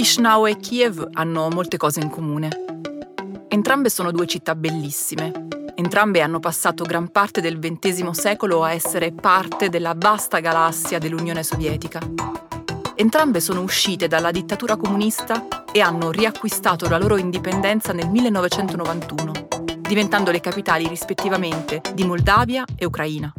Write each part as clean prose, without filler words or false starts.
Chișinău e Kiev hanno molte cose in comune. Entrambe sono due città bellissime. Entrambe hanno passato gran parte del XX secolo a essere parte della vasta galassia dell'Unione Sovietica. Entrambe sono uscite dalla dittatura comunista e hanno riacquistato la loro indipendenza nel 1991, diventando le capitali rispettivamente di Moldavia e Ucraina.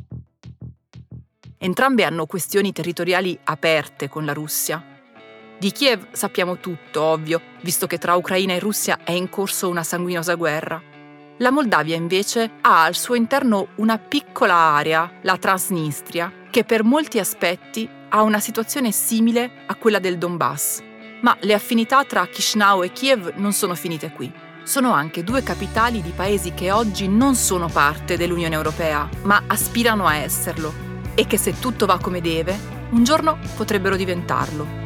Entrambe hanno questioni territoriali aperte con la Russia. Di Kiev sappiamo tutto, ovvio, visto che tra Ucraina e Russia è in corso una sanguinosa guerra. La Moldavia, invece, ha al suo interno una piccola area, la Transnistria, che per molti aspetti ha una situazione simile a quella del Donbass. Ma le affinità tra Chișinău e Kiev non sono finite qui. Sono anche due capitali di paesi che oggi non sono parte dell'Unione Europea, ma aspirano a esserlo, e che se tutto va come deve, un giorno potrebbero diventarlo.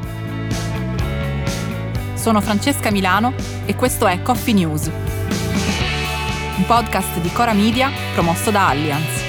Sono Francesca Milano e questo è Coffee News, un podcast di Cora Media promosso da Allianz.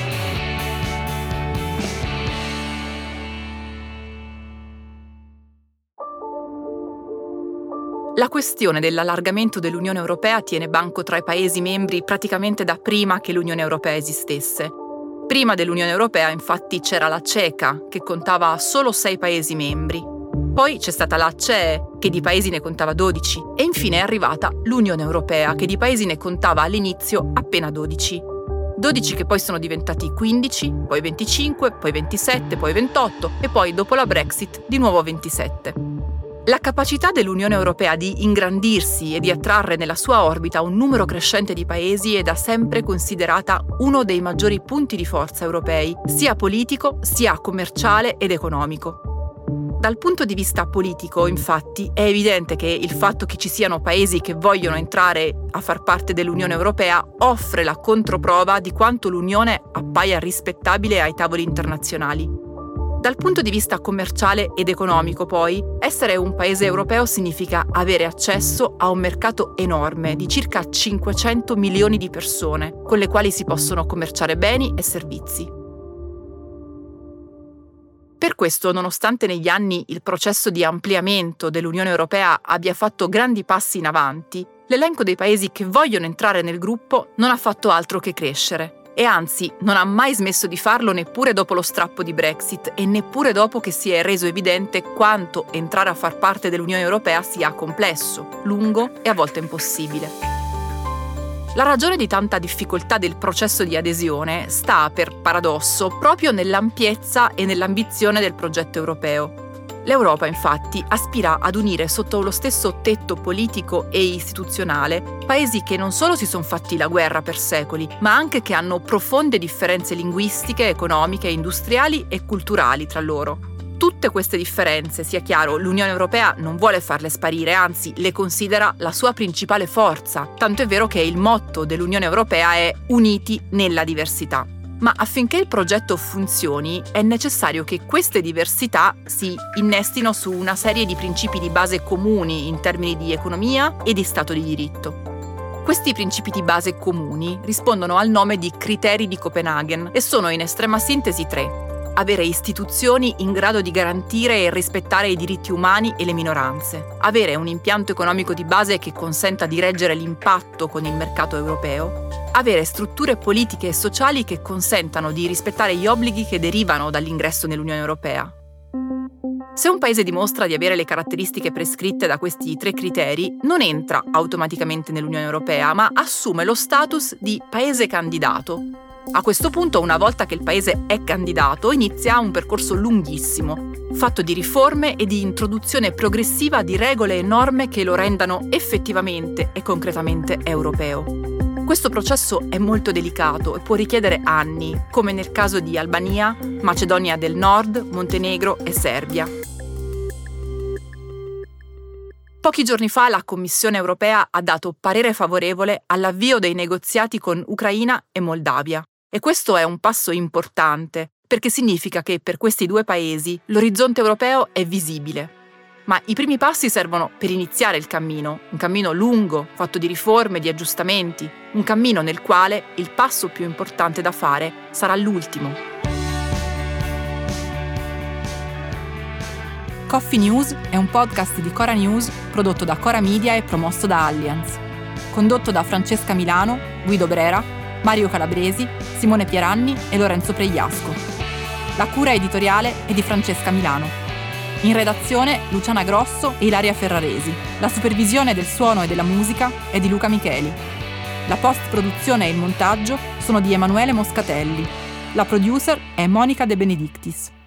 La questione dell'allargamento dell'Unione Europea tiene banco tra i Paesi membri praticamente da prima che l'Unione Europea esistesse. Prima dell'Unione Europea, infatti, c'era la CECA, che contava solo 6 Paesi membri. Poi c'è stata la CEE, che di paesi ne contava 12, e infine è arrivata l'Unione Europea, che di paesi ne contava all'inizio appena 12. 12 che poi sono diventati 15, poi 25, poi 27, poi 28 e poi dopo la Brexit di nuovo 27. La capacità dell'Unione Europea di ingrandirsi e di attrarre nella sua orbita un numero crescente di paesi è da sempre considerata uno dei maggiori punti di forza europei, sia politico, sia commerciale ed economico. Dal punto di vista politico, infatti, è evidente che il fatto che ci siano paesi che vogliono entrare a far parte dell'Unione Europea offre la controprova di quanto l'Unione appaia rispettabile ai tavoli internazionali. Dal punto di vista commerciale ed economico, poi, essere un paese europeo significa avere accesso a un mercato enorme di circa 500 milioni di persone, con le quali si possono commerciare beni e servizi. Per questo, nonostante negli anni il processo di ampliamento dell'Unione Europea abbia fatto grandi passi in avanti, l'elenco dei paesi che vogliono entrare nel gruppo non ha fatto altro che crescere. E anzi, non ha mai smesso di farlo neppure dopo lo strappo di Brexit e neppure dopo che si è reso evidente quanto entrare a far parte dell'Unione Europea sia complesso, lungo e a volte impossibile. La ragione di tanta difficoltà del processo di adesione sta, per paradosso, proprio nell'ampiezza e nell'ambizione del progetto europeo. L'Europa, infatti, aspira ad unire sotto lo stesso tetto politico e istituzionale paesi che non solo si sono fatti la guerra per secoli, ma anche che hanno profonde differenze linguistiche, economiche, industriali e culturali tra loro. Tutte queste differenze, sia chiaro, l'Unione Europea non vuole farle sparire, anzi le considera la sua principale forza, tanto è vero che il motto dell'Unione Europea è «Uniti nella diversità». Ma affinché il progetto funzioni è necessario che queste diversità si innestino su una serie di principi di base comuni in termini di economia e di Stato di diritto. Questi principi di base comuni rispondono al nome di criteri di Copenaghen e sono in estrema sintesi 3. Avere istituzioni in grado di garantire e rispettare i diritti umani e le minoranze, avere un impianto economico di base che consenta di reggere l'impatto con il mercato europeo, avere strutture politiche e sociali che consentano di rispettare gli obblighi che derivano dall'ingresso nell'Unione Europea. Se un paese dimostra di avere le caratteristiche prescritte da questi 3 criteri, non entra automaticamente nell'Unione Europea, ma assume lo status di paese candidato. A questo punto, una volta che il paese è candidato, inizia un percorso lunghissimo, fatto di riforme e di introduzione progressiva di regole e norme che lo rendano effettivamente e concretamente europeo. Questo processo è molto delicato e può richiedere anni, come nel caso di Albania, Macedonia del Nord, Montenegro e Serbia. Pochi giorni fa la Commissione europea ha dato parere favorevole all'avvio dei negoziati con Ucraina e Moldavia. E questo è un passo importante, perché significa che per questi 2 paesi l'orizzonte europeo è visibile. Ma i primi passi servono per iniziare il cammino, un cammino lungo, fatto di riforme, di aggiustamenti, un cammino nel quale il passo più importante da fare sarà l'ultimo. Coffee News è un podcast di Cora News prodotto da Cora Media e promosso da Allianz. Condotto da Francesca Milano, Guido Brera, Mario Calabresi, Simone Pieranni e Lorenzo Pregliasco. La cura editoriale è di Francesca Milano. In redazione Luciana Grosso e Ilaria Ferraresi. La supervisione del suono e della musica è di Luca Micheli. La post-produzione e il montaggio sono di Emanuele Moscatelli. La producer è Monica De Benedictis.